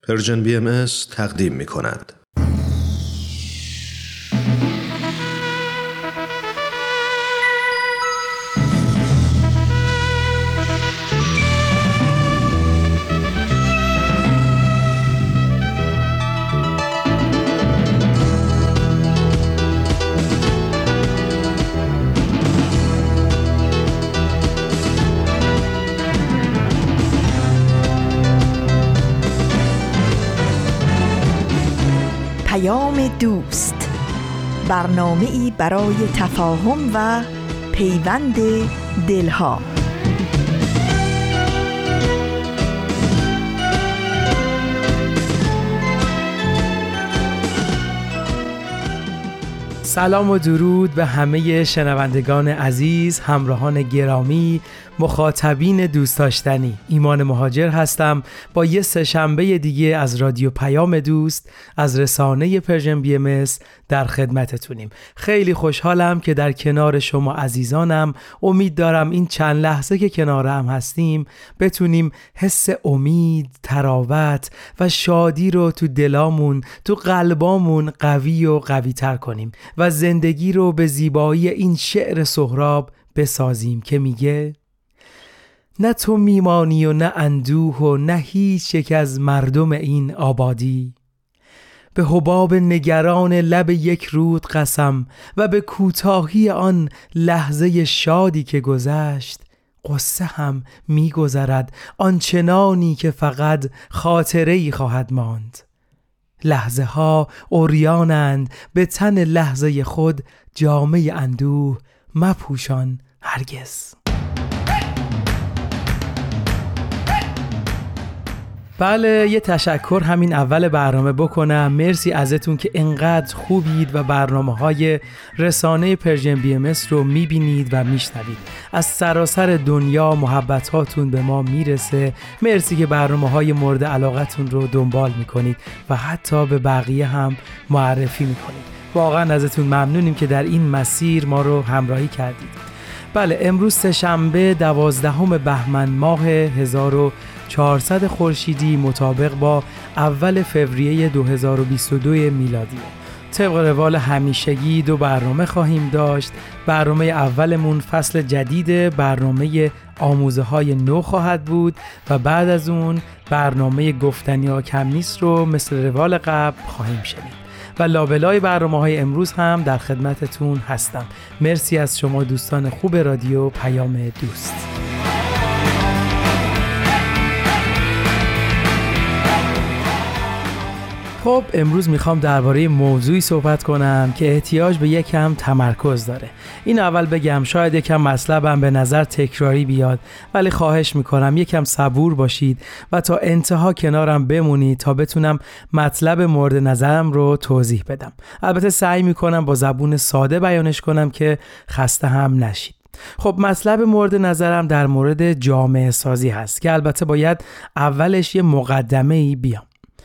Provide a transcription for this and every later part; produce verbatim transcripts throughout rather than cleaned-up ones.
پرژن بی ام اس تقدیم می کند. دوست، برنامه‌ای برای تفاهم و پیوند دلها. سلام و درود به همه شنوندگان عزیز، همراهان گرامی، مخاطبین دوست داشتنی. ایمان مهاجر هستم با یه سه‌شنبه دیگه از رادیو پیام دوست از رسانه پرژن بی ام اس در خدمتتونیم. خیلی خوشحالم که در کنار شما عزیزانم. امید دارم این چند لحظه که کنار هم هستیم بتونیم حس امید، تراوت و شادی رو تو دلامون، تو قلبامون قوی و قوی تر کنیم و زندگی رو به زیبایی این شعر سهراب بسازیم که میگه: نه تو میمانی و نه اندوه و نه هیچ یک از مردم این آبادی، به حباب نگران لب یک رود قسم و به کوتاهی آن لحظه شادی که گذشت قصه هم میگذرد آنچنانی که فقط خاطره‌ای خواهد ماند. لحظه ها عریانند، به تن لحظه خود جامه اندوه مپوشان هرگز. بله، یه تشکر همین اول برنامه بکنم. مرسی ازتون که انقدر خوبید و برنامه‌های رسانه پرژن بی ام اس رو میبینید و میشنوید. از سراسر دنیا محبتاتون به ما میرسه. مرسی که برنامه‌های مورد علاقتون رو دنبال میکنید و حتی به بقیه هم معرفی میکنید. واقعا ازتون ممنونیم که در این مسیر ما رو همراهی کردید. بله، امروز سه‌شنبه دوازدهم بهمن ماه هزار و چهارصد خورشیدی مطابق با اول فوریه دو هزار و بیست و دو میلادی. طبق روال همیشگی دو برنامه خواهیم داشت. برنامه اولمون فصل جدید برنامه آموزه های نو خواهد بود و بعد از اون برنامه گفتنی ها کم نیست رو مثل روال قبل خواهیم شنید. و لابلای برنامه‌های امروز هم در خدمتتون هستم. مرسی از شما دوستان خوب رادیو پیام دوست. خب امروز میخوام درباره موضوعی صحبت کنم که احتیاج به یکم تمرکز داره. این اول بگم شاید یکم مطلبم به نظر تکراری بیاد، ولی خواهش میکنم یکم صبور باشید و تا انتها کنارم بمونید تا بتونم مطلب مورد نظرم رو توضیح بدم. البته سعی میکنم با زبون ساده بیانش کنم که خسته هم نشید. خب مطلب مورد نظرم در مورد جامعه سازی هست که البته باید اولش یه مقدمه‌ای بیام.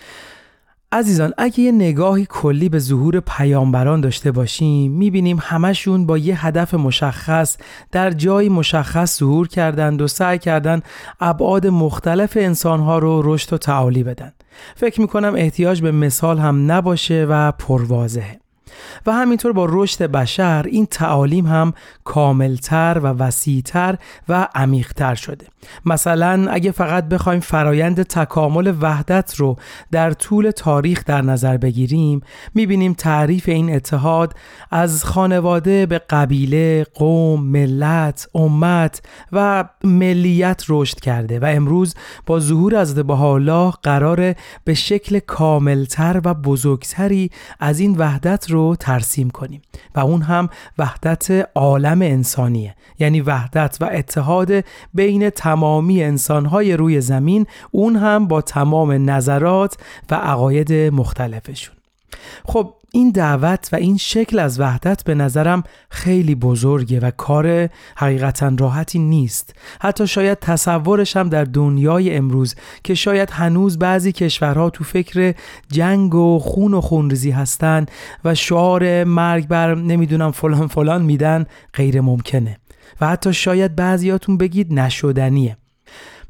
عزیزان، اگه یه نگاهی کلی به ظهور پیامبران داشته باشیم میبینیم همشون با یه هدف مشخص در جای مشخص ظهور کردند و سعی کردند ابعاد مختلف انسانها رو رشد و تعالی بدن. فکر میکنم احتیاج به مثال هم نباشه و پرواضحه. و همینطور با رشد بشر این تعالیم هم کاملتر و وسیعتر و عمیقتر شده. مثلا اگه فقط بخوایم فرایند تکامل وحدت رو در طول تاریخ در نظر بگیریم میبینیم تعریف این اتحاد از خانواده به قبیله، قوم، ملت، امت و ملیت رشد کرده و امروز با ظهور حضرت بهاءالله قراره به شکل کاملتر و بزرگتری از این وحدت رو ترسیم کنیم و اون هم وحدت عالم انسانیه، یعنی وحدت و اتحاد بین تمامی انسانهای روی زمین، اون هم با تمام نظرات و عقاید مختلفشون. خب این دعوت و این شکل از وحدت به نظرم خیلی بزرگه و کار حقیقتا راحتی نیست. حتی شاید تصورش هم در دنیای امروز که شاید هنوز بعضی کشورها تو فکر جنگ و خون و خونریزی هستن و شعار مرگ بر نمیدونم فلان فلان میدن غیر ممکنه و حتی شاید بعضیاتون بگید نشدنیه.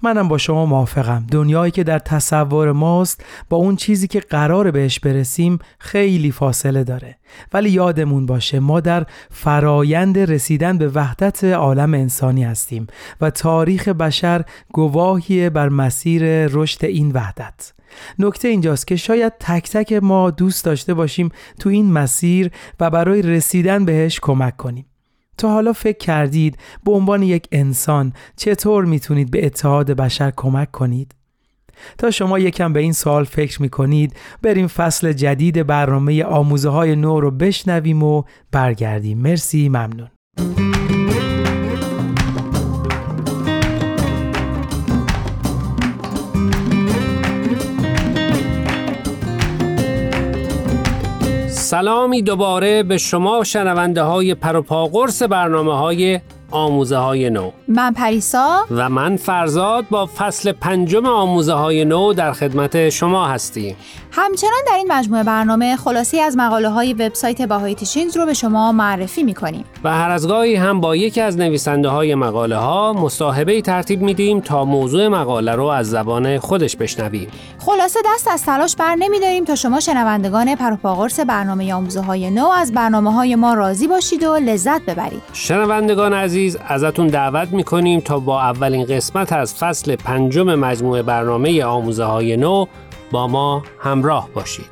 منم با شما موافقم. دنیایی که در تصور ماست با اون چیزی که قراره بهش برسیم خیلی فاصله داره. ولی یادمون باشه ما در فرایند رسیدن به وحدت عالم انسانی هستیم و تاریخ بشر گواهی بر مسیر رشد این وحدت. نکته اینجاست که شاید تک تک ما دوست داشته باشیم تو این مسیر و برای رسیدن بهش کمک کنیم. تا حالا فکر کردید به عنوان یک انسان چطور میتونید به اتحاد بشر کمک کنید؟ تا شما یکم به این سوال فکر میکنید بریم فصل جدید برنامه آموزه های نو رو بشنویم و برگردیم. مرسی، ممنون. سلامی دوباره به شما شنونده های پروپاقرص برنامه های آموزه های نو. من پریسا و من فرزاد با فصل پنجم آموزه های نو در خدمت شما هستیم. همچنان در این مجموعه برنامه خلاصی از مقاله های وبسایت بهایی تیچینگز رو به شما معرفی میکنیم و هر از گاهی هم با یکی از نویسنده های مقاله ها مصاحبه ترتیب میدیم تا موضوع مقاله رو از زبان خودش بشنویم. خلاصه دست از تلاش بر نمیداریم تا شما شنوندگان پروپاقرص برنامه آموزه های نو از برنامه های ما راضی باشید و لذت ببرید. شنوندگان عزیز، ازتون دعوت میکنیم تا با اولین قسمت از فصل پنجم مجموعه برنامه آموزه های نو با ما همراه باشید.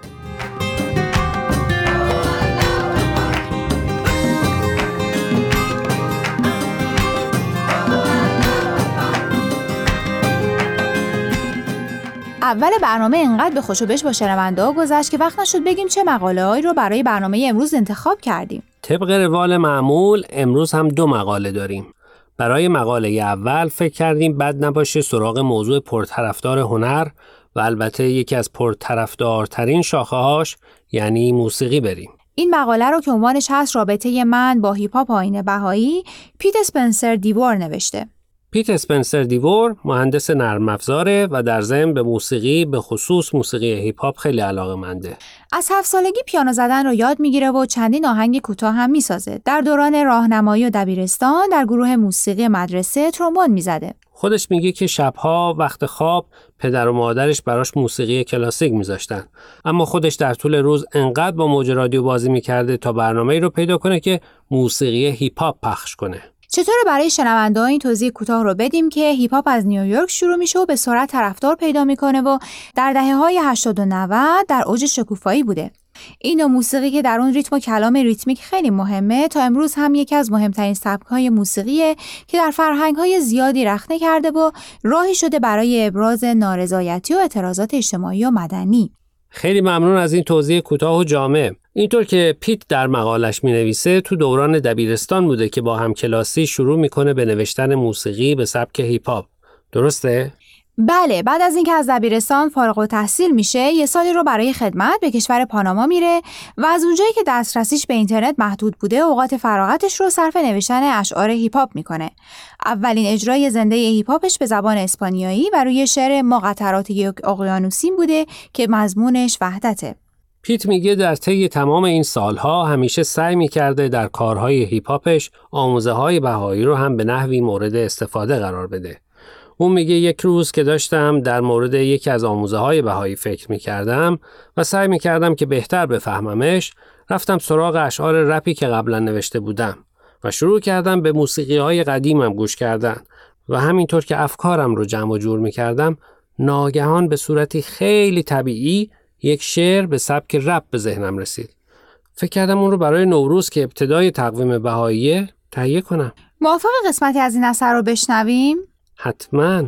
اول برنامه اینقدر به خوش و بش با شنونده ها گذشت که وقت نشد بگیم چه مقاله هایی رو برای برنامه امروز انتخاب کردیم. طبق روال معمول امروز هم دو مقاله داریم. برای مقاله اول فکر کردیم بد نباشه سراغ موضوع پرطرفدار هنر و البته یکی از پرطرفدارترین شاخه‌هاش یعنی موسیقی بریم. این مقاله رو که عنوانش هست رابطه من با هیپ هاپ آیین بهایی، پیت اسپنسر دیوور نوشته. پیت اسپنسر دیوور مهندس نرم افزاره و در ضمن به موسیقی به خصوص موسیقی هیپ هاپ خیلی علاقه‌منده. از هفت سالگی پیانو زدن رو یاد میگیره و چندین آهنگ کوتاه هم میسازه. در دوران راهنمایی و دبیرستان در گروه موسیقی مدرسه ترومبون میزده. خودش میگه که شبها وقت خواب پدر و مادرش براش موسیقی کلاسیک میذاشتن، اما خودش در طول روز انقدر با موج رادیو بازی میکرده تا برنامه‌ای رو پیدا کنه که موسیقی هیپ هاپ پخش کنه. چطور برای شنونده‌ها این توضیح کوتاه رو بدیم که هیپ هاپ از نیویورک شروع میشه و به سرعت طرفدار پیدا میکنه و در دهه‌های هشتاد و نود در اوج شکوفایی بوده. این نوع موسیقی که در اون ریتم و کلام ریتمیک خیلی مهمه تا امروز هم یکی از مهمترین سبک‌های موسیقیه که در فرهنگ‌های زیادی رخنه کرده و راهی شده برای ابراز نارضایتی و اعتراضات اجتماعی و مدنی. خیلی ممنون از این توضیح کوتاه و جامع. اینطور که پیت در مقالش می‌نویسه تو دوران دبیرستان بوده که با همکلاسی شروع میکنه به نوشتن موسیقی به سبک هیپ هاپ. درسته؟ بله، بعد از اینکه از دبیرستان فارغ التحصیل میشه یه سالی رو برای خدمت به کشور پاناما میره و از اونجایی که دسترسیش به اینترنت محدود بوده اوقات فراغتش رو صرف نوشتن اشعار هیپ هاپ میکنه. اولین اجرای زنده هیپ هاپش به زبان اسپانیایی و روی شعر ما قطرات یک اقیانوسین بوده که مضمونش وحدته. پیت میگه در طی تمام این سالها همیشه سعی میکرده در کارهای هیپ هاپش آموزه های بهایی رو هم به نحوی مورد استفاده قرار بده. اون میگه یک روز که داشتم در مورد یکی از آموزه های بهایی فکر میکردم و سعی میکردم که بهتر بفهممش، رفتم سراغ اشعار رپی که قبلا نوشته بودم و شروع کردم به موسیقی های قدیمم گوش کردن و همینطور که افکارم رو جمع و جور میکردم ناگهان به صورتی خیلی طبیعی یک شعر به سبک رپ به ذهنم رسید. فکر کردم اون رو برای نوروز که ابتدای تقویم بهاییه تهیه کنم. موافق قسمتی از این اثر رو بشنویم؟ حتماً.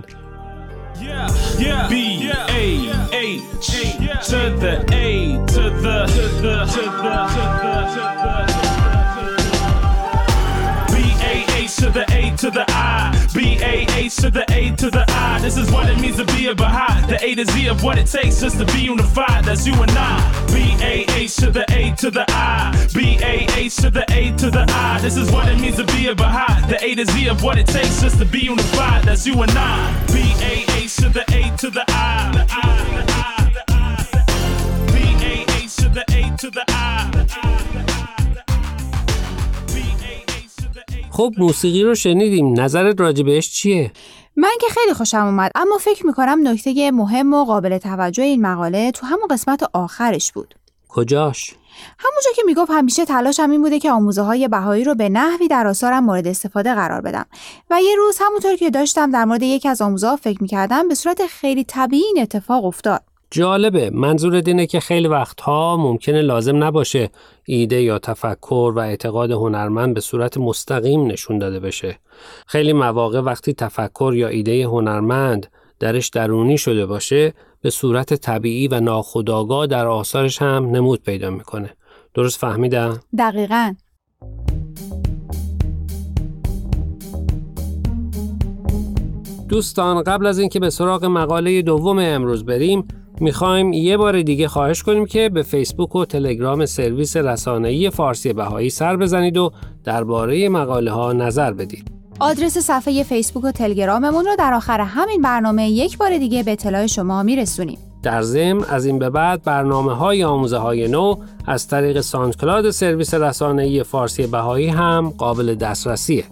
To the A to the I, B A H to the A to the I. This is what it means to be a Baha'i. The A to Z of what it takes just to be unified. That's you and I. B A H to the A to the I, B A H to the A to the I. This is what it means to be a Baha'i. The A to Z of what it takes just to be unified. That's you and I. B A H to the A to the I, the I, the I, the I. B A H to the A to the I. خب موسیقی رو شنیدیم، نظرت راجع بهش چیه؟ من که خیلی خوشم اومد، اما فکر میکنم نکته مهم و قابل توجه این مقاله تو همون قسمت آخرش بود. کجاش؟ همونجا که میگفت همیشه تلاشم این بوده که آموزه های بهایی رو به نحوی در آثارم مورد استفاده قرار بدم و یه روز همونطور که داشتم در مورد یکی از آموزه ها فکر میکردم به صورت خیلی طبیعی این اتفاق افتاد. جالبه. منظور اینه که خیلی وقتها ممکنه لازم نباشه ایده یا تفکر و اعتقاد هنرمند به صورت مستقیم نشون داده بشه. خیلی مواقع وقتی تفکر یا ایده هنرمند درش درونی شده باشه به صورت طبیعی و ناخودآگاه در آثارش هم نمود پیدا میکنه. درست فهمیدم؟ دقیقاً. دوستان، قبل از اینکه به سراغ مقاله دوم امروز بریم، میخوایم یه بار دیگه خواهش کنیم که به فیسبوک و تلگرام سرویس رسانه‌ای فارسی بهایی سر بزنید و درباره مقاله ها نظر بدید. آدرس صفحه فیسبوک و تلگراممون رو در آخر همین برنامه یک بار دیگه به اطلاع شما میرسونیم. در ضمن از این به بعد برنامه‌های آموزه‌های نو از طریق ساندکلاد سرویس رسانه‌ای فارسی بهایی هم قابل دسترسیه.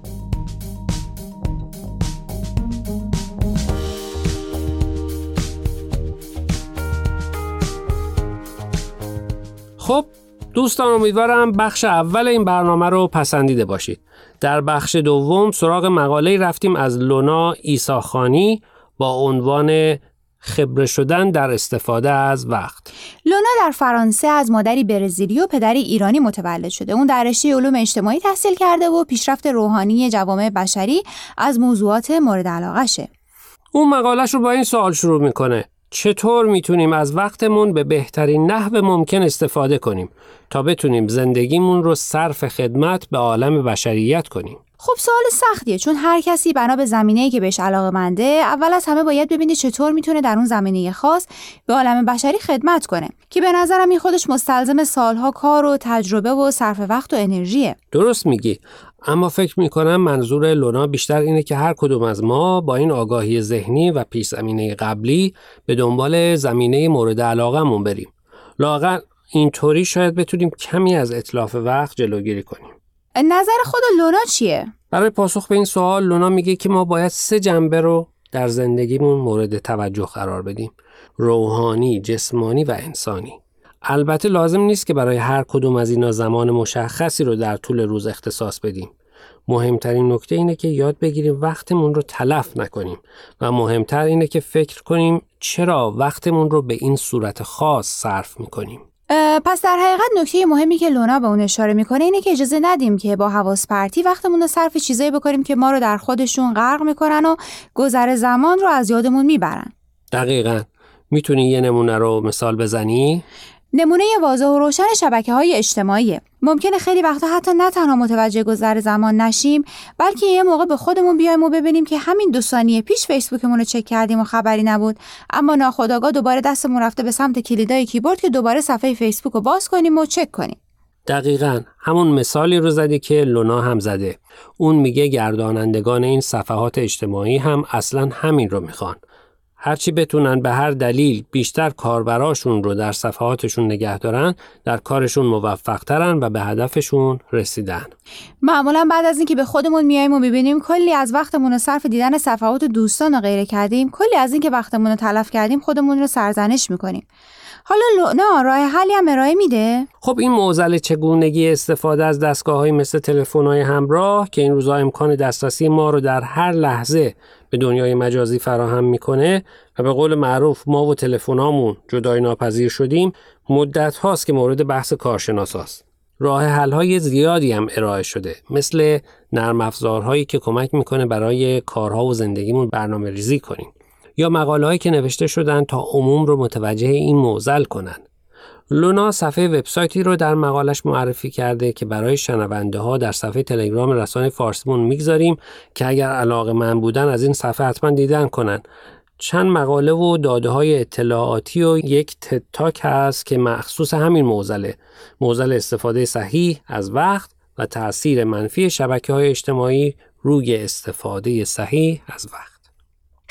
خب دوستان، امیدوارم بخش اول این برنامه رو پسندیده باشید. در بخش دوم سراغ مقاله رفتیم از لونا عیساخانی با عنوان خبره شدن در استفاده از وقت. لونا در فرانسه از مادری برزیلی و پدری ایرانی متولد شده. اون در رشته علوم اجتماعی تحصیل کرده و پیشرفت روحانی جوامع بشری از موضوعات مورد علاقشه. اون مقالهش رو با این سوال شروع میکنه: چطور میتونیم از وقتمون به بهترین نحو ممکن استفاده کنیم تا بتونیم زندگیمون رو صرف خدمت به عالم بشریت کنیم؟ خب سوال سختیه، چون هر کسی بنا به زمینه‌ای که بهش علاقه‌منده اول از همه باید ببینه چطور میتونه در اون زمینه خاص به عالم بشری خدمت کنه، که به نظرم این خودش مستلزم سالها کار و تجربه و صرف وقت و انرژیه. درست میگی، اما فکر میکنم منظور لونا بیشتر اینه که هر کدوم از ما با این آگاهی ذهنی و پیش زمینه قبلی به دنبال زمینه مورد علاقه‌مون بریم. لااقل اینطوری شاید بتونیم کمی از اتلاف وقت جلوگیری کنیم. نظر خود لونا چیه؟ برای پاسخ به این سوال لونا میگه که ما باید سه جنبه رو در زندگیمون مورد توجه قرار بدیم: روحانی، جسمانی و انسانی. البته لازم نیست که برای هر کدوم از اینا زمان مشخصی رو در طول روز اختصاص بدیم. مهمترین نکته اینه که یاد بگیریم وقتمون رو تلف نکنیم و مهمتر اینه که فکر کنیم چرا وقتمون رو به این صورت خاص صرف میکنیم. پس در حقیقت نکته مهمی که لونا به اون اشاره میکنه اینه که اجازه ندیم که با حواس پرتی وقتمون رو صرف چیزایی بکنیم که ما رو در خودشون غرق میکنن و گذر زمان رو از یادمون میبرن. دقیقاً. میتونی یه نمونه رو مثال بزنی؟ نمونه واضح و روشن شبکه‌های اجتماعی. ممکنه خیلی وقتا حتی نه تنها متوجه گذر زمان نشیم، بلکه یه موقع به خودمون بیایم و ببینیم که همین دو ثانیه پیش فیسبوکمون رو چک کردیم و خبری نبود، اما ناخودآگاه دوباره دستمون رفته به سمت کلیدای کیبورد که دوباره صفحه فیسبوک رو باز کنیم و چک کنیم. دقیقاً همون مثالی رو زدی که لونا هم زده. اون میگه گردانندگان این صفحات اجتماعی هم اصلاً همین رو میخوان. هرچی بتونن به هر دلیل بیشتر کاربراشون رو در صفحاتشون نگه دارن، در کارشون موفق‌ترن و به هدفشون رسیدن. معمولا بعد از اینکه به خودمون میایم و میبینیم کلی از وقتمون رو صرف دیدن صفحات دوستان و غیره کردیم، کلی از اینکه وقتمون رو تلف کردیم خودمون رو سرزنش میکنیم. حالا لونا راه حلی هم ارائه میده؟ خب این معضل چگونگی استفاده از دستگاه‌های مثل تلفن‌های همراه که این روزها امکان دسترسی ما رو در هر لحظه به دنیای مجازی فراهم میکنه و به قول معروف ما و تلفن‌هامون جدای ناپذیر شدیم، مدت هاست که مورد بحث کارشناساست. راه حل‌های زیادی هم ارائه شده، مثل نرم افزارهایی که کمک میکنه برای کارها و زندگیمون برنامه‌ریزی کنیم، یا مقاله‌هایی که نوشته شدن تا عموم رو متوجه این معضل کنن. لونا صفحه وبسایتی رو در مقالش معرفی کرده که برای شنونده ها در صفحه تلگرام رسانه فارسیمون میگذاریم که اگر علاقه‌مند بودن از این صفحه حتما دیدن کنن. چند مقاله و داده های اطلاعاتی و یک تد تاک هست که مخصوص همین معضله، معضل استفاده صحیح از وقت و تأثیر منفی شبکه‌های اجتماعی روی استفاده صحیح از وقت.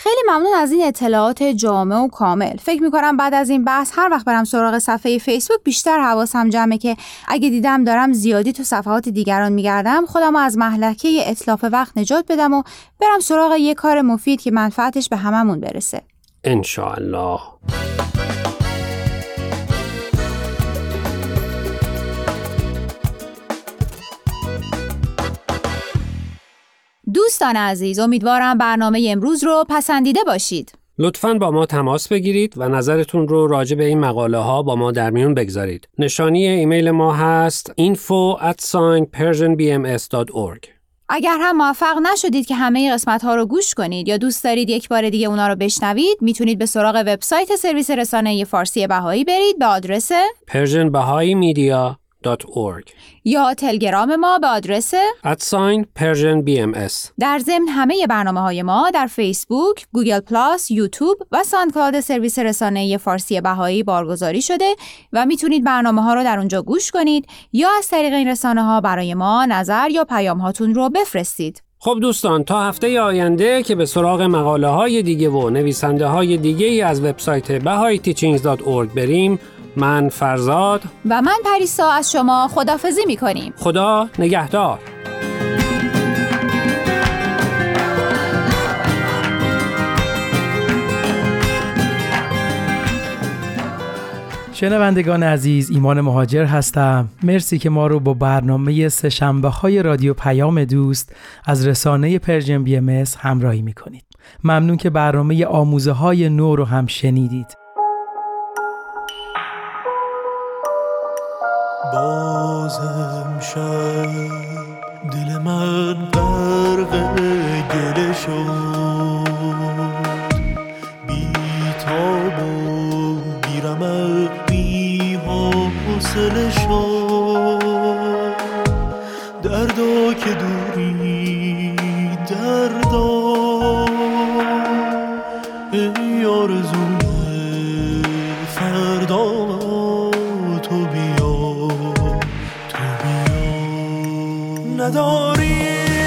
خیلی ممنون از این اطلاعات جامع و کامل. فکر میکنم بعد از این بحث هر وقت برم سراغ صفحه فیسبوک بیشتر حواسم جمعه که اگه دیدم دارم زیادی تو صفحات دیگران میگردم خودم از مهلکه اتلاف وقت نجات بدم و برم سراغ یه کار مفید که منفعتش به هممون برسه. انشاءالله. دوستان عزیز، امیدوارم برنامه امروز رو پسندیده باشید. لطفاً با ما تماس بگیرید و نظرتون رو راجع به این مقاله ها با ما در میون بگذارید. نشانی ایمیل ما هست info at persian b m s dot org. اگر هم موفق نشدید که همه قسمت ها رو گوش کنید یا دوست دارید یک بار دیگه اونا رو بشنوید، میتونید به سراغ وبسایت سرویس رسانه فارسی بهایی برید به آدرس persian bahai media dot org یا تلگرام ما به آدرس at persian b m s. در ضمن همه برنامه‌های ما در فیسبوک، گوگل پلاس، یوتیوب و ساندکلاود سرویس رسانه فارسی بهایی بارگذاری شده و میتونید برنامه‌ها رو در اونجا گوش کنید یا از طریق این رسانه‌ها برای ما نظر یا پیام هاتون رو بفرستید. خب دوستان، تا هفته آینده که به سراغ مقاله های دیگه و نویسنده های دیگه ای از وبسایت bahai teachings dot org بریم، من فرزاد و من پریسا از شما خداحافظی می‌کنیم. خدا نگهدار. شنوندگان عزیز، ایمان مهاجر هستم. مرسی که ما رو با برنامه سه شنبه های رادیو پیام دوست از رسانه پرژن بی ام اس همراهی میکنید. ممنون که برنامه آموزه های نو رو هم شنیدید. بازم شب دل من غرق گله شد، بی تاب و بی رمق بی حوصله شد، دردا که دوری دردا ای آرزوی فردا تو بیا نداری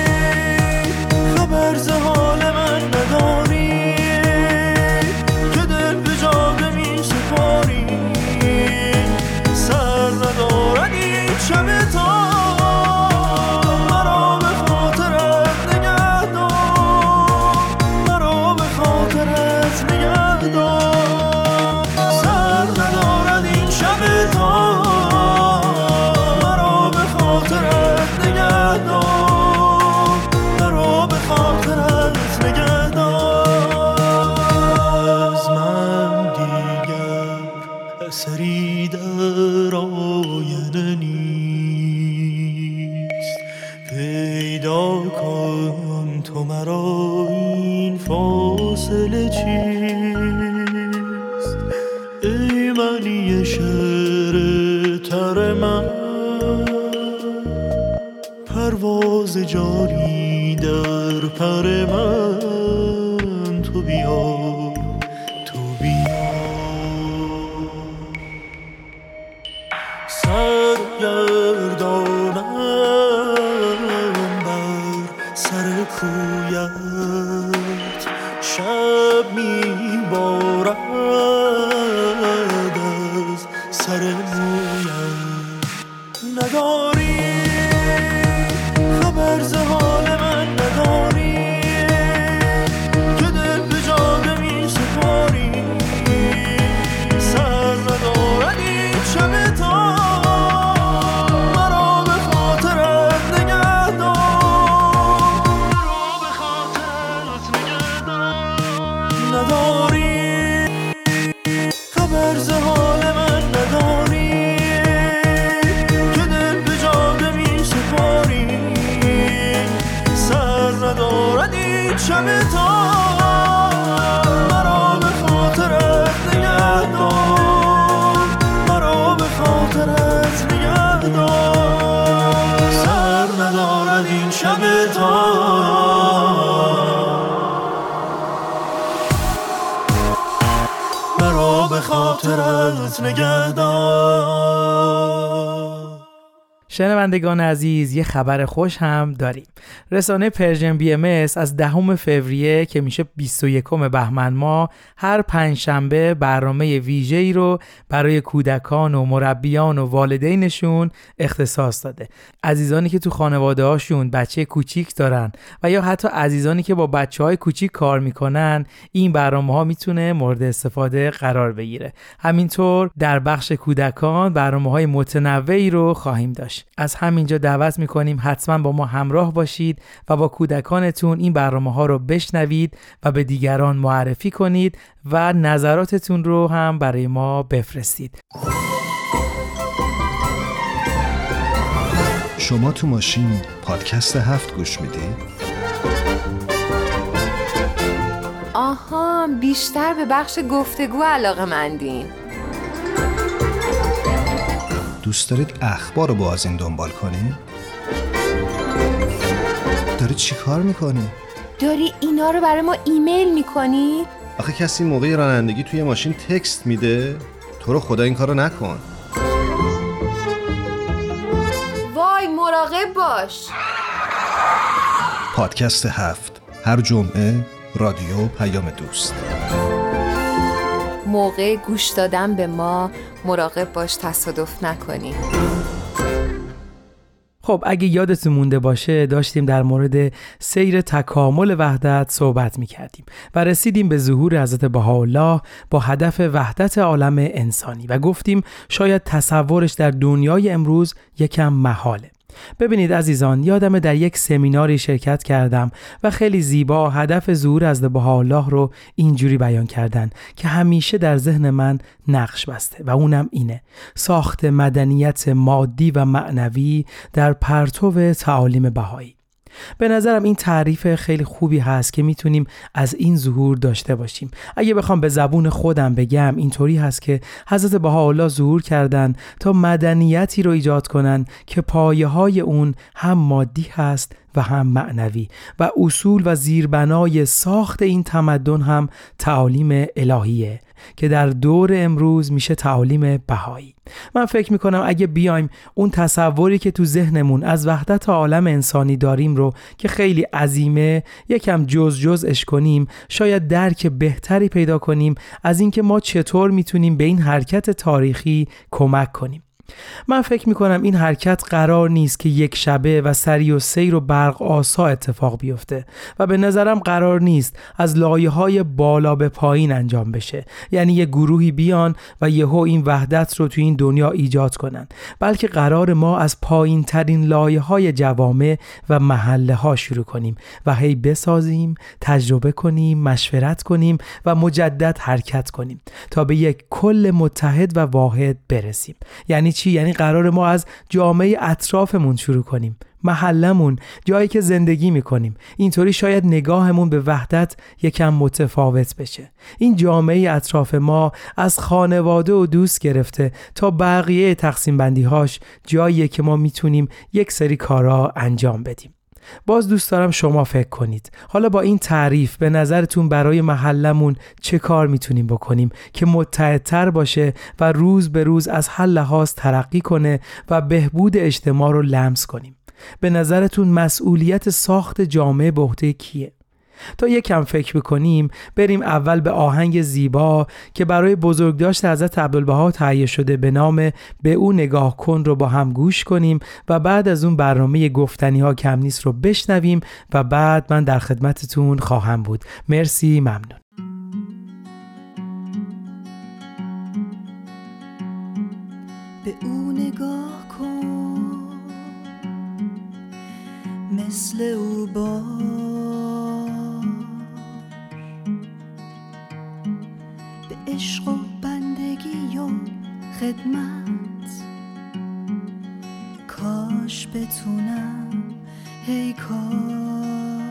خبر ز حال من نداری که دل به جاده می سپاری، سر ندارد این شب تا مرا به خاطرت نگه دار، مرا به خاطرت نگه دار، سر ندارد این شب تا مرا به خاطرت نگه دار، مرا به خاطرت نگه دار. از من دیگر اثری در آینه نیست، پیدا کن تو مرا این فاصله چیست، ای منی شعر تر من، پرواز جاری در پر من، تو بیا تو بیا. سرگردانم بر سر کویت، شب میبارد از سر مویت، نداری خبر ز حال من نداری که دل به جاده می سپاری، سر ندارد این شب تا مرا به خاطرت نگه دار، مرا به خاطرت نگه دار. نداری خبر ز حال من نداری که دل به جاده می سپاری، سر ندارد این شب تا مرا به خاطرت نگه دار، مرا به خاطرت نگه دار، سر ندارد این شب تا مرا به خاطرت نگه دار. شنوندگان عزیز، یه خبر خوش هم داریم. رسانه پرژن بی ام اس از دهم فوریه که میشه بیست و یکم بهمن ماه هر پنجشنبه برنامه ویژه‌ای رو برای کودکان و مربیان و والدینشون اختصاص داده. عزیزانی که تو خانواده‌هاشون بچه کوچیک دارن و یا حتی عزیزانی که با بچه‌های کوچیک کار میکنن، این برنامه‌ها میتونه مورد استفاده قرار بگیره. همینطور در بخش کودکان برنامه‌های متنوعی رو خواهیم داشت. از همینجا دعوت میکنیم حتما با ما همراه باشید و با کودکانتون این برنامه‌ها رو بشنوید و به دیگران معرفی کنید و نظراتتون رو هم برای ما بفرستید. شما تو ماشین پادکست هفت گوش میدید؟ آها، بیشتر به بخش گفتگو علاقه‌مندین. دوست دارید اخبار رو با از این دنبال کنی؟ داری چی کار میکنی؟ داری اینا رو برای ما ایمیل میکنی؟ آخه کسی موقع رانندگی توی ماشین تکست میده؟ تو رو خدا این کارو نکن. وای، مراقب باش. پادکست هفت، هر جمعه، رادیو پیام دوست. موقع گوش دادن به ما مراقب باش تصادف نکنی. خب اگه یادتون مونده باشه داشتیم در مورد سیر تکامل وحدت صحبت می‌کردیم و رسیدیم به ظهور حضرت بهاءالله با هدف وحدت عالم انسانی و گفتیم شاید تصورش در دنیای امروز یکم محاله. ببینید عزیزان، یادمه در یک سمیناری شرکت کردم و خیلی زیبا هدف ظهور حضرت بهاءالله رو اینجوری بیان کردن که همیشه در ذهن من نقش بسته و اونم اینه: ساخت مدنیت مادی و معنوی در پرتو تعالیم بهایی. به نظرم این تعریف خیلی خوبی هست که میتونیم از این ظهور داشته باشیم. اگه بخوام به زبون خودم بگم اینطوری هست که حضرت بهاءالله ظهور کردن تا مدنیتی رو ایجاد کنن که پایه‌های اون هم مادی هست و هم معنوی و اصول و زیربنای ساخت این تمدن هم تعالیم الهیه که در دور امروز میشه تعالیم بهایی. من فکر میکنم اگه بیایم اون تصوری که تو ذهنمون از وحدت عالم انسانی داریم رو که خیلی عظیمه یکم جز جزش کنیم، شاید درک بهتری پیدا کنیم از اینکه ما چطور میتونیم به این حرکت تاریخی کمک کنیم. من فکر میکنم این حرکت قرار نیست که یک شبه و سری و سیر و برق آسا اتفاق بیفته و به نظرم قرار نیست از لایه‌های بالا به پایین انجام بشه، یعنی یه گروهی بیان و یهو این وحدت رو تو این دنیا ایجاد کنن، بلکه قرار ما از پایین ترین لایه‌های جوامع و محله ها شروع کنیم و هی بسازیم، تجربه کنیم، مشورت کنیم و مجدد حرکت کنیم تا به یک کل متحد و واحد برسیم. یعنی چی؟ یعنی قرار ما از جامعه اطرافمون شروع کنیم، محلمون، جایی که زندگی میکنیم. اینطوری شاید نگاهمون به وحدت یکم متفاوت بشه. این جامعه اطراف ما از خانواده و دوست گرفته تا بقیه تقسیم بندی هاش جاییه که ما میتونیم یک سری کارا انجام بدیم. باز دوست دارم شما فکر کنید حالا با این تعریف به نظرتون برای محلمون چه کار میتونیم بکنیم که متحدتر باشه و روز به روز از هر لحاظ ترقی کنه و بهبود اجتماع رو لمس کنیم؟ به نظرتون مسئولیت ساخت جامعه به عهده کیه؟ تا یکم فکر بکنیم بریم اول به آهنگ زیبا که برای بزرگداشت حضرت عبدالبها تهیه شده به نام به او نگاه کن رو با هم گوش کنیم و بعد از اون برنامه گفتنی ها کم نیست رو بشنویم و بعد من در خدمتتون خواهم بود. مرسی، ممنون. به او نگاه کن مثل او باش، به عشق و بندگی و خدمت کاش بتونم، هی کاش.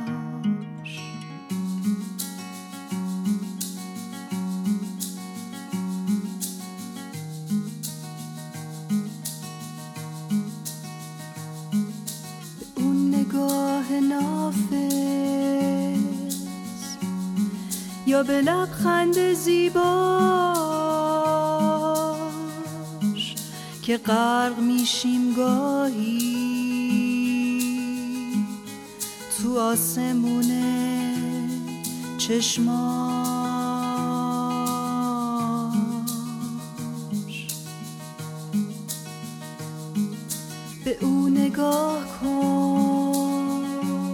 یا به لبخند زیباش که غرق میشیم گاهی تو آسمون چشماش. به او نگاه کن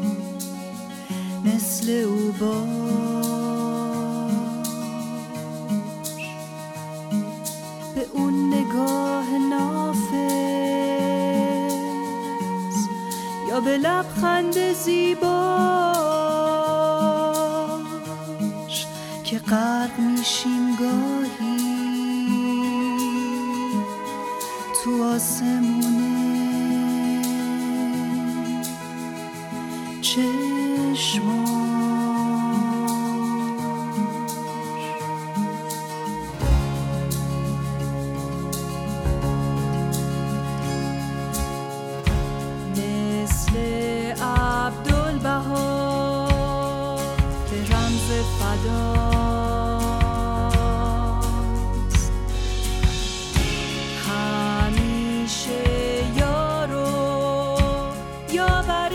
مثل او باش، به اون نگاه نافذ یا به لبخند زیباش که غرق میشیم گاهی تو آسمون چشماش. مثل عبدالبها که رمز فداست، همیشه یارو یاور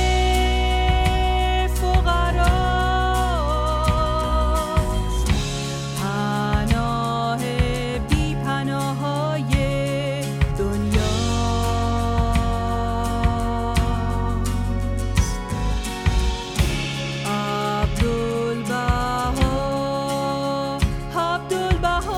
فقراست، پناه بی پناهای دنیاست. عبدالبها عبدالبها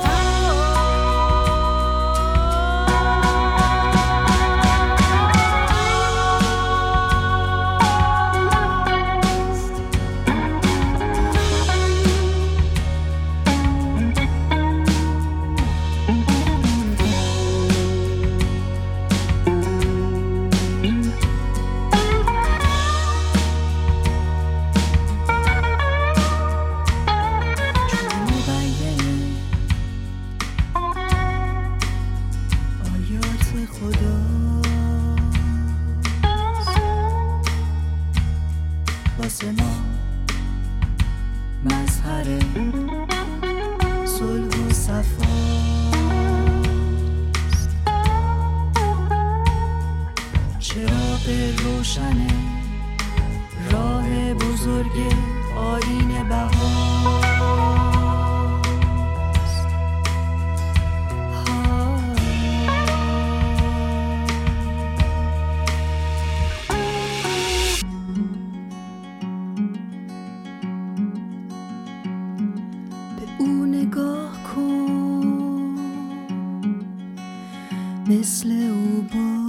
آیات خداست، واسه ما مظهر صلح و صفاست. چراغ روشن راه بزرگ آیین بهاست. به او نگاه کن مثل او باش.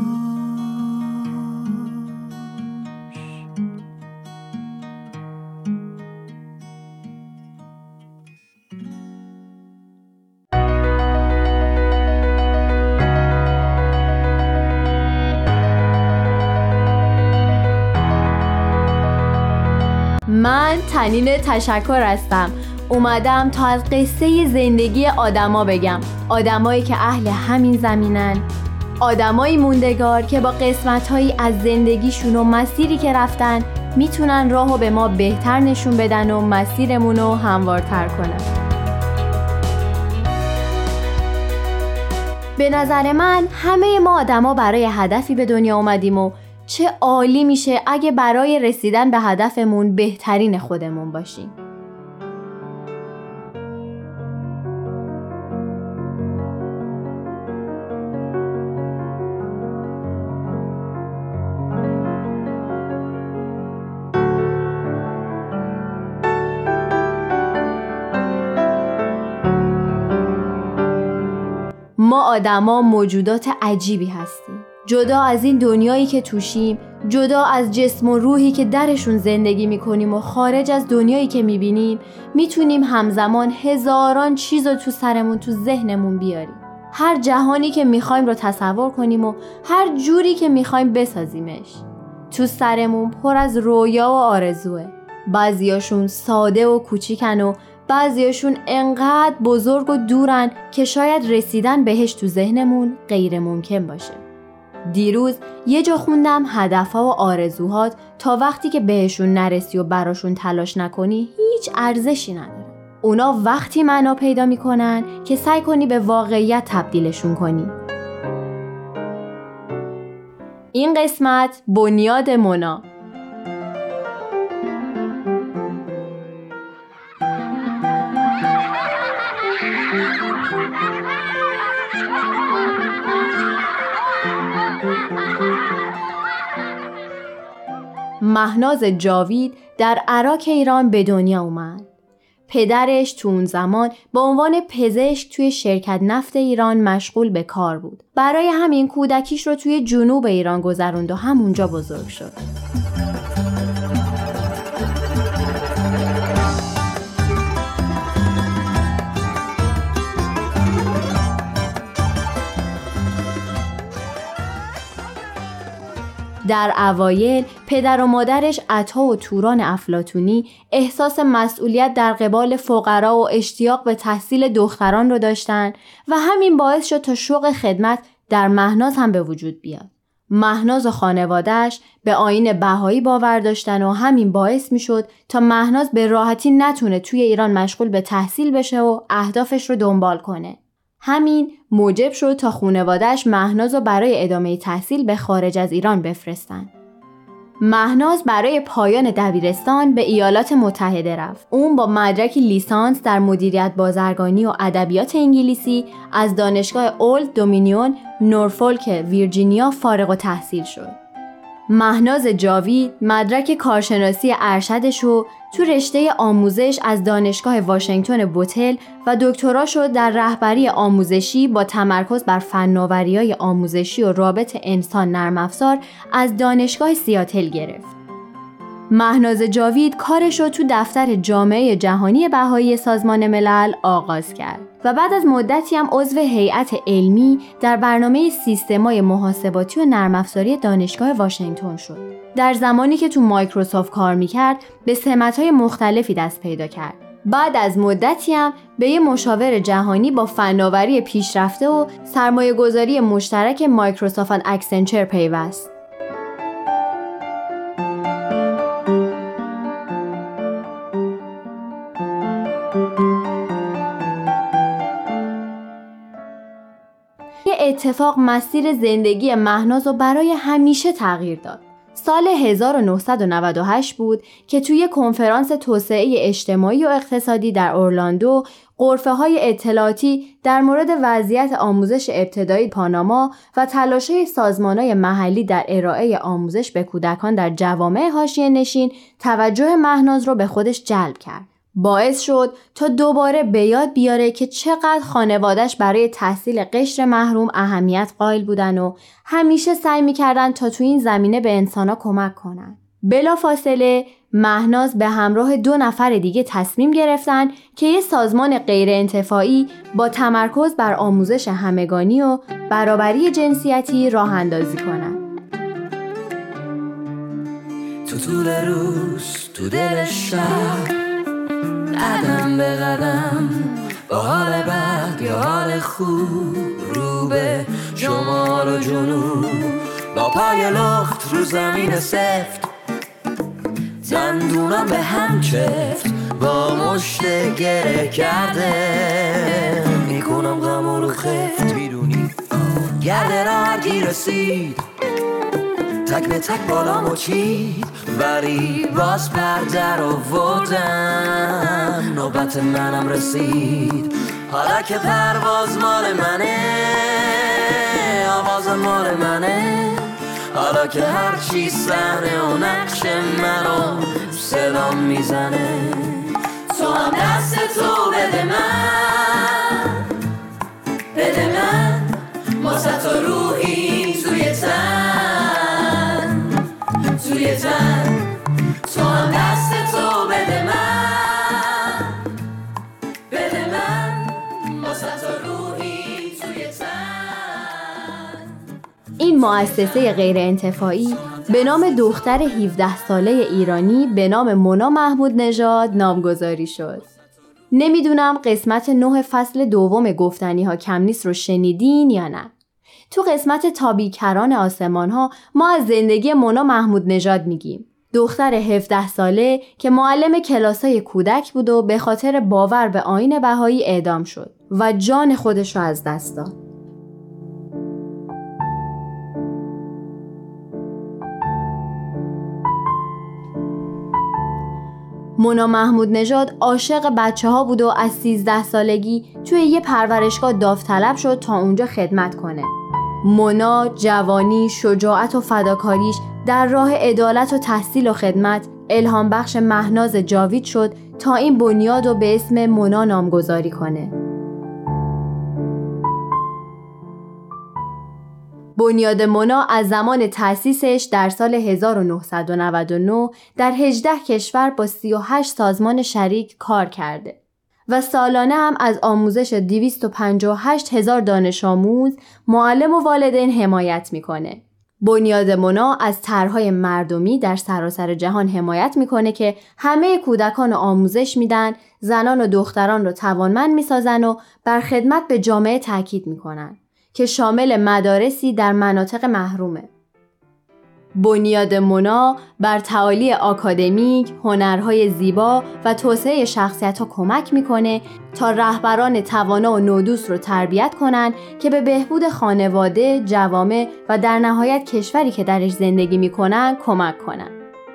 من تنین تشکر هستم. اومدم تا از قصه زندگی آدما بگم. آدمایی که اهل همین زمینن، آدمایی موندگار که با قسمت‌هایی از زندگیشون و مسیری که رفتن میتونن راهو به ما بهتر نشون بدن و مسیرمونو هموارتر کنن. به نظر من همه ما آدما برای هدفی به دنیا اومدیم و چه عالی میشه اگه برای رسیدن به هدفمون بهترین خودمون باشیم. ما آدما موجودات عجیبی هستیم. جدا از این دنیایی که توشیم، جدا از جسم و روحی که درشون زندگی میکنیم و خارج از دنیایی که میبینیم، میتونیم همزمان هزاران چیز رو تو سرمون، تو ذهنمون بیاریم. هر جهانی که میخوایم رو تصور کنیم و هر جوری که میخوایم بسازیمش. تو سرمون پر از رویا و آرزوه. بعضیاشون ساده و کوچیکن و بعضیاشون انقدر بزرگ و دورن که شاید رسیدن بهش تو ذهنمون غیر ممکن باشه. دیروز یه جا خوندم هدفها و آرزوهات تا وقتی که بهشون نرسی و براشون تلاش نکنی هیچ ارزشی نداره. اونا وقتی معنا پیدا میکنن که سعی کنی به واقعیت تبدیلشون کنی. این قسمت بنیاد مونا. مهناز جاوید در عراق ایران به دنیا اومد. پدرش تو اون زمان به عنوان پزشک توی شرکت نفت ایران مشغول به کار بود. برای همین کودکیش رو توی جنوب ایران گذروند و همونجا بزرگ شد. در اوایل پدر و مادرش عطا و توران افلاطونی احساس مسئولیت در قبال فقرا و اشتیاق به تحصیل دختران رو داشتن و همین باعث شد تا شوق خدمت در مهناز هم به وجود بیاد. مهناز و خانواده‌اش به آیین بهایی باور داشتن و همین باعث می شد تا مهناز به راحتی نتونه توی ایران مشغول به تحصیل بشه و اهدافش رو دنبال کنه. همین موجب شد تا خانواده‌اش مهناز رو برای ادامه تحصیل به خارج از ایران بفرستن. مهناز برای پایان دبیرستان به ایالات متحده رفت. اون با مدرک لیسانس در مدیریت بازرگانی و ادبیات انگلیسی از دانشگاه اولد دومینیون نورفولک ویرجینیا فارغ التحصیل شد. مهناز جاوید مدرک کارشناسی ارشدش رو تو رشته آموزش از دانشگاه واشنگتن بوتل و دکتراشو در رهبری آموزشی با تمرکز بر فناوری‌های آموزشی و رابط انسان نرم افزار از دانشگاه سیاتل گرفت. مهناز جاوید کارش رو تو دفتر جامعه جهانی بهایی سازمان ملل آغاز کرد و بعد از مدتی هم عضو هیئت علمی در برنامه سیستم‌های محاسباتی و نرم افزاری دانشگاه واشنگتن شد. در زمانی که تو مایکروسافت کار می‌کرد به سمت‌های مختلفی دست پیدا کرد. بعد از مدتی هم به یه مشاور جهانی با فناوری پیشرفته و سرمایه‌گذاری مشترک مایکروسافت و اکسنچر پیوست. اتفاق مسیر زندگی مهناز رو برای همیشه تغییر داد. سال هزار و نهصد و نود و هشت بود که توی کنفرانس توسعه اجتماعی و اقتصادی در اورلاندو غرفه‌های اطلاعاتی در مورد وضعیت آموزش ابتدایی پاناما و تلاش‌های سازمان‌های محلی در ارائه آموزش به کودکان در جوامع حاشیه‌نشین توجه مهناز رو به خودش جلب کرد. باعث شد تا دوباره به یاد بیاره که چقدر خانواده‌اش برای تحصیل قشر محروم اهمیت قائل بودن و همیشه سعی می‌کردن تا تو این زمینه به انسان‌ها کمک کنن. بلافاصله مهناز به همراه دو نفر دیگه تصمیم گرفتن که یه سازمان غیرانتفاعی با تمرکز بر آموزش همگانی و برابری جنسیتی راه اندازی کنن. تو طول روز تو دل شهر قدم به قدم با حال بد یا حال خوب رو به شمال و جنوب با پای لخت رو زمین سفت دندونم به هم چفت با مشت گره کرده میکنم غم رو خفت میدونی گرده را هرگی رسید تک به تک بالامو چید ولی باز پرده رو وردم نوبت منم رسید حالا که پرواز مال منه آواز مال منه حالا که هرچی صحنه و نقش منو صدام میزنه تو هم دست تو بده من بده من واسه تو روحی توی تن توی تن تو هم دست تو بده من بده من واسه تو روحی توی تن. این مؤسسه غیر انتفاعی به نام دختر هفده ساله ایرانی به نام مونا محمود نژاد نامگذاری شد. نمیدونم قسمت نه فصل دوم گفتنی ها کم نیست رو شنیدین یا نه. تو قسمت تابیکران آسمان ها ما از زندگی مونا محمود نژاد میگیم. دختر هفده ساله که معلم کلاسای کودک بود و به خاطر باور به آیین بهایی اعدام شد و جان خودش رو از دست داد. مونا محمود نژاد عاشق بچه ها بود و از سیزده سالگی توی یه پرورشگاه داوطلب شد تا اونجا خدمت کنه. مونا جوانی، شجاعت و فداکاریش در راه عدالت و تحصیل و خدمت الهام بخش مهناز جاوید شد تا این بنیاد رو به اسم مونا نامگذاری کنه. بنیاد مونا از زمان تأسیسش در سال هزار و نهصد و نود و نه در هجده کشور با سی و هشت سازمان شریک کار کرده و سالانه هم از آموزش دویست و پنجاه و هشت هزار دانش آموز، معلم و والدین حمایت میکنه. بنیاد مونا از طرح‌های مردمی در سراسر جهان حمایت میکنه که همه کودکان رو آموزش میدن، زنان و دختران رو توانمند میسازن و بر خدمت به جامعه تاکید میکنن که شامل مدارسی در مناطق محرومه. بنیاد مونا بر تعالی آکادمیک، هنرهای زیبا و توسعه شخصیت‌ها کمک میکنه تا رهبران توانا و نودوست رو تربیت کنن که به بهبود خانواده، جوامع و در نهایت کشوری که درش زندگی میکنن کمک کنن.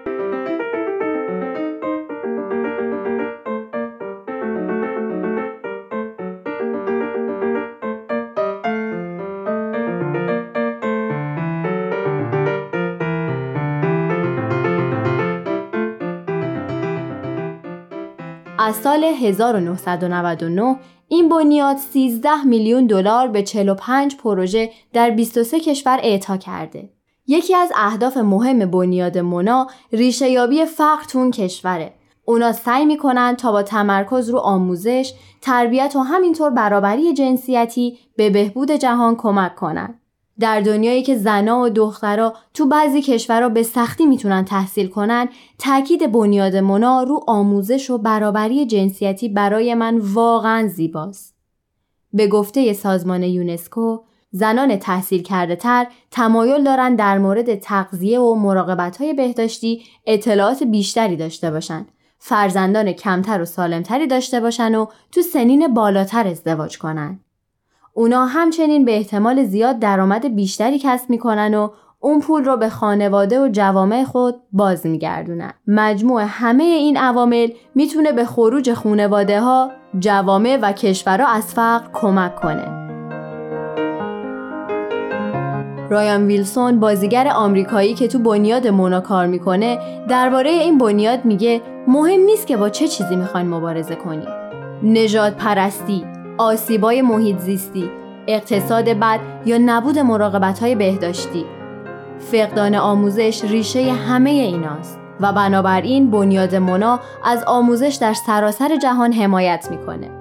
از سال هزار و نهصد و نود و نه این بنیاد سیزده میلیون دلار به چهل و پنج پروژه در بیست و سه کشور اعطا کرده. یکی از اهداف مهم بنیاد مونا ریشه یابی فقر تو اون کشوره. اونا سعی میکنن تا با تمرکز رو آموزش، تربیت و همینطور برابری جنسیتی به بهبود جهان کمک کنن. در دنیایی که زنا و دخترها تو بعضی کشورها به سختی میتونن تحصیل کنن، تاکید بنیاد مونا رو آموزش و برابری جنسیتی برای من واقعا زیباست. به گفته سازمان یونسکو، زنان تحصیل کرده تر تمایل دارن در مورد تغذیه و مراقبت‌های بهداشتی اطلاعات بیشتری داشته باشن، فرزندان کمتر و سالمتری داشته باشن و تو سنین بالاتر ازدواج کنن. اونا همچنین به احتمال زیاد درآمد بیشتری کسب میکنن و اون پول رو به خانواده و جوامع خود باز میگردونن. مجموع همه این عوامل میتونه به خروج خانواده ها، جوامع و کشورها از فقر کمک کنه. رایان ویلسون، بازیگر آمریکایی که تو بنیاد مونا کار میکنه، درباره این بنیاد میگه مهم نیست که با چه چیزی میخواین مبارزه کنی. نژاد پرستی، آسیبای محیط زیستی، اقتصاد بد یا نبود مراقبت‌های بهداشتی. فقدان آموزش ریشه همه ایناست و بنابراین بنیاد مونا از آموزش در سراسر جهان حمایت میکنه.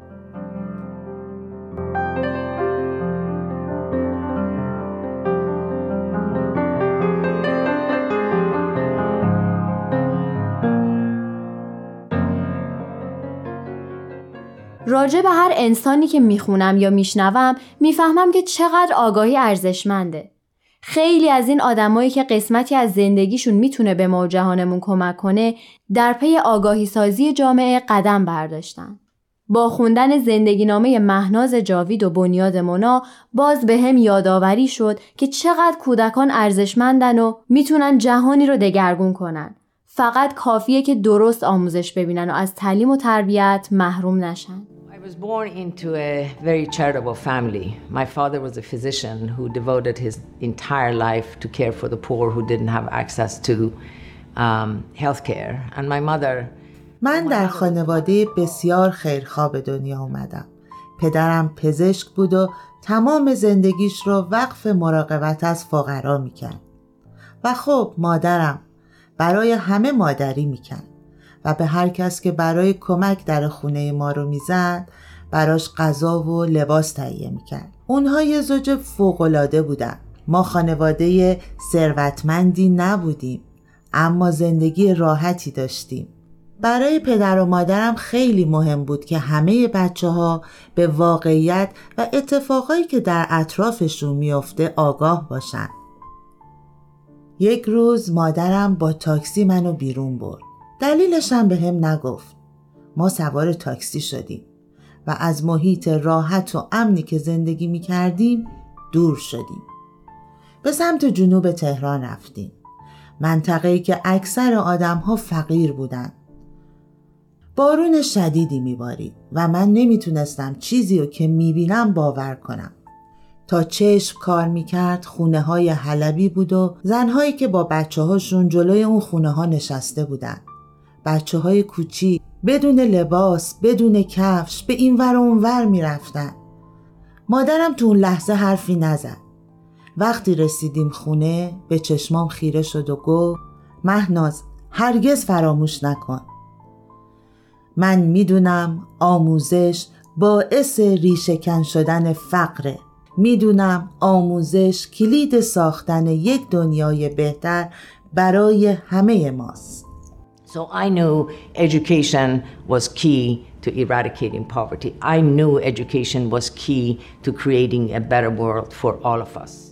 راجع به هر انسانی که میخونم یا میشنوم میفهمم که چقدر آگاهی ارزشمنده. خیلی از این آدمایی که قسمتی از زندگیشون میتونه به ما و جهانمون کمک کنه در پی آگاهی سازی جامعه قدم برداشتن. با خوندن زندگی نامه مهناز جاوید و بنیاد مونا باز به هم یادآوری شد که چقدر کودکان ارزشمندن و میتونن جهانی رو دگرگون کنن. فقط کافیه که درست آموزش ببینن و از تعلیم و تربیت محروم نشن. I was born into a very charitable family. My father was a physician who devoted his entire life to care for the poor who didn't have access to um, health care. And my mother... من در خانواده بسیار خیرخواه به دنیا اومدم. پدرم پزشک بود و تمام زندگیش رو وقف مراقبت از فقرا میکرد. و خب مادرم برای همه مادری میکرد و به هر کس که برای کمک در خونه ما رو میزد براش غذا و لباس تهیه میکرد. اونها یه زوج فوق‌العاده بودن. ما خانواده ثروتمندی نبودیم اما زندگی راحتی داشتیم. برای پدر و مادرم خیلی مهم بود که همه بچه ها به واقعیت و اتفاقایی که در اطرافشون میفته آگاه باشن. یک روز مادرم با تاکسی منو بیرون برد. دلیلش هم به هم نگفت. ما سوار تاکسی شدیم و از محیط راحت و امنی که زندگی می کردیم دور شدیم. به سمت جنوب تهران رفتیم. منطقه‌ای که اکثر آدم‌ها فقیر بودن. بارون شدیدی میبارید و من نمیتونستم چیزی رو که میبینم باور کنم. تا چشم کار میکرد خونه های حلبی بود و زنهایی که با بچه هاشون جلوی اون خونه ها نشسته بودن. بچه های کوچی بدون لباس، بدون کفش به این ور و اون ور میرفتن. مادرم تو اون لحظه حرفی نزد. وقتی رسیدیم خونه به چشمام خیره شد و گفت مهناز هرگز فراموش نکن. من میدونم آموزش باعث ریشه‌کن شدن فقره. میدونم آموزش کلید ساختن یک دنیای بهتر برای همه ماست. So I knew education was key to eradicating poverty. I knew education was key to creating a better world for all of us.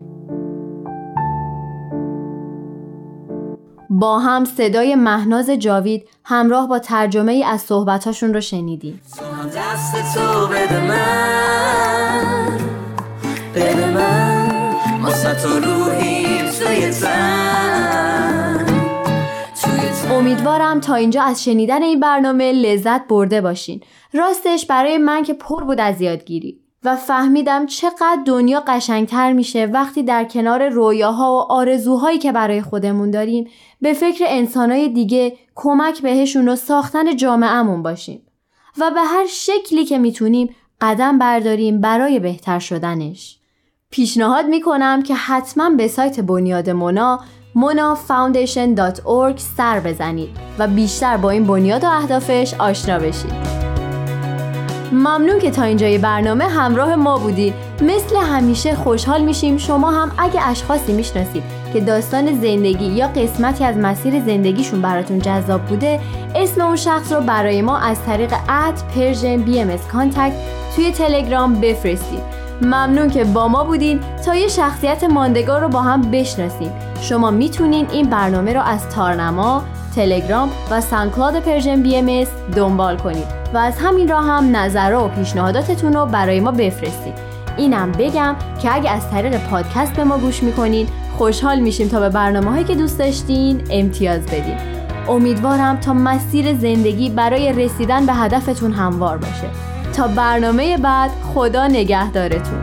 با هم صدای مهناز جاوید همراه با ترجمه ای از صحبتاشون رو شنیدیم. دست تو بده من، بده من، واسه تو روحی توی تن. امیدوارم تا اینجا از شنیدن این برنامه لذت برده باشین. راستش برای من که پر بود از یادگیری و فهمیدم چقدر دنیا قشنگتر میشه وقتی در کنار رویاها و آرزوهایی که برای خودمون داریم به فکر انسانای دیگه کمک بهشون و ساختن جامعه‌مون باشیم و به هر شکلی که میتونیم قدم برداریم برای بهتر شدنش. پیشنهاد میکنم که حتما به سایت بنیاد مونا مونا فاوندیشن دات اورگ سر بزنید و بیشتر با این بنیاد و اهدافش آشنا بشید. ممنون که تا اینجای برنامه همراه ما بودید. مثل همیشه خوشحال میشیم شما هم اگه اشخاصی میشناسید که داستان زندگی یا قسمتی از مسیر زندگیشون براتون جذاب بوده اسم اون شخص رو برای ما از طریق ات پرژن بی ام اس کانتکت توی تلگرام بفرستید. ممنون که با ما بودین تا یه شخصیت ماندگار رو با هم بشناسیم. شما میتونین این برنامه رو از تارنما، تلگرام و سانکلاد پرژن بی ام اس دنبال کنید و از همین راه هم نظرها و پیشنهاداتتون رو برای ما بفرستید. اینم بگم که اگه از طریق پادکست به ما گوش میکنین خوشحال میشیم تا به برنامه‌هایی که دوست داشتین امتیاز بدین. امیدوارم تا مسیر زندگی برای رسیدن به هدفتون هموار باشه. تا برنامه بعد خدا نگهدارتون.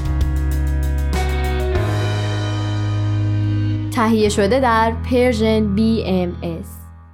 تهیه شده در پرژن بی ام اس.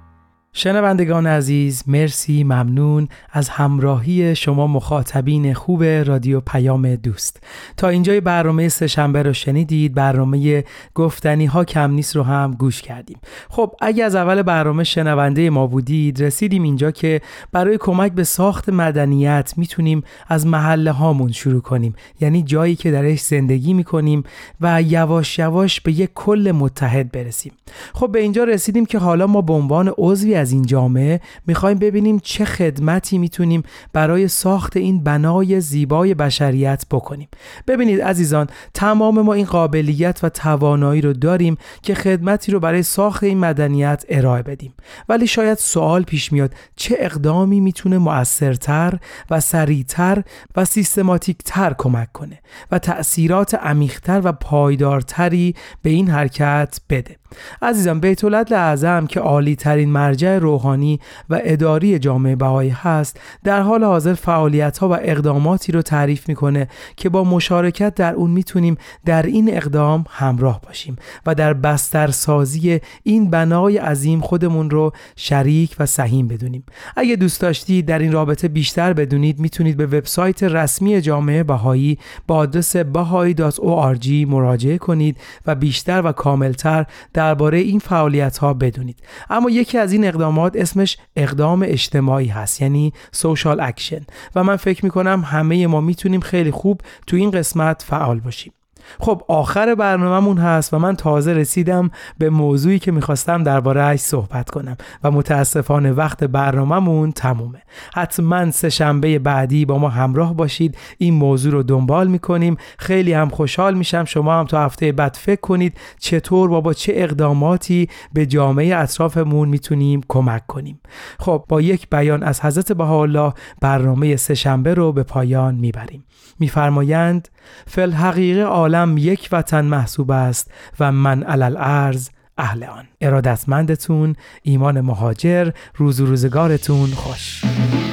شنوندگان عزیز، مرسی، ممنون از همراهی شما مخاطبین خوب رادیو پیام دوست. تا اینجای برنامه سه شنبه رو شنیدید. برنامه گفتنی ها کم نیست رو هم گوش کردیم. خب اگه از اول برنامه شنونده ما بودید رسیدیم اینجا که برای کمک به ساخت مدنیت میتونیم از محله هامون شروع کنیم، یعنی جایی که درش زندگی میکنیم و یواش یواش به یک کل متحد برسیم. خب به اینجا رسیدیم که حالا ما به عنوان عضوی از این جامعه میخوایم ببینیم چه خدمتی میتونیم برای ساخت این بنای زیبای بشریت بکنیم. ببینید عزیزان، تمام ما این قابلیت و توانایی رو داریم که خدمتی رو برای ساخت این مدنیت ارائه بدیم، ولی شاید سوال پیش میاد چه اقدامی میتونه مؤثرتر و سریعتر و سیستماتیکتر کمک کنه و تأثیرات عمیق‌تر و پایدارتری به این حرکت بده. عزیزان، بیت العدل اعظم که عالی ترین مرجع روحانی و اداری جامعه بهایی هست در حال حاضر فعالیت ها و اقداماتی رو تعریف میکنه که با مشارکت در اون میتونیم در این اقدام همراه باشیم و در بسترسازی این بنای عظیم خودمون رو شریک و سهیم بدونیم. اگه دوست داشتید در این رابطه بیشتر بدونید میتونید به وبسایت رسمی جامعه بهایی با آدرس bahai دات او آر جی مراجعه کنید و بیشتر و کاملتر درباره این فعالیت ها بدونید. اما یکی از این اقدامات اسمش اقدام اجتماعی هست، یعنی سوشال اکشن، و من فکر میکنم همه ما میتونیم خیلی خوب تو این قسمت فعال باشیم. خب آخر برنامه‌مون هست و من تازه رسیدم به موضوعی که میخواستم درباره‌اش صحبت کنم و متاسفانه وقت برنامه‌مون تمومه. حتما سه شنبه بعدی با ما همراه باشید، این موضوع رو دنبال میکنیم. خیلی هم خوشحال میشم شما هم تا هفته بعد فکر کنید چطور و با چه اقداماتی به جامعه اطرافمون میتونیم کمک کنیم. خب با یک بیان از حضرت بهاءالله برنامه سه شنبه رو به پایان میبریم. میفرمایند فی الحقیقه عالم یک وطن محسوب است و من علی الارض اهل آن. ارادتمندتون ایمان مهاجر. روز و روزگارتون خوش.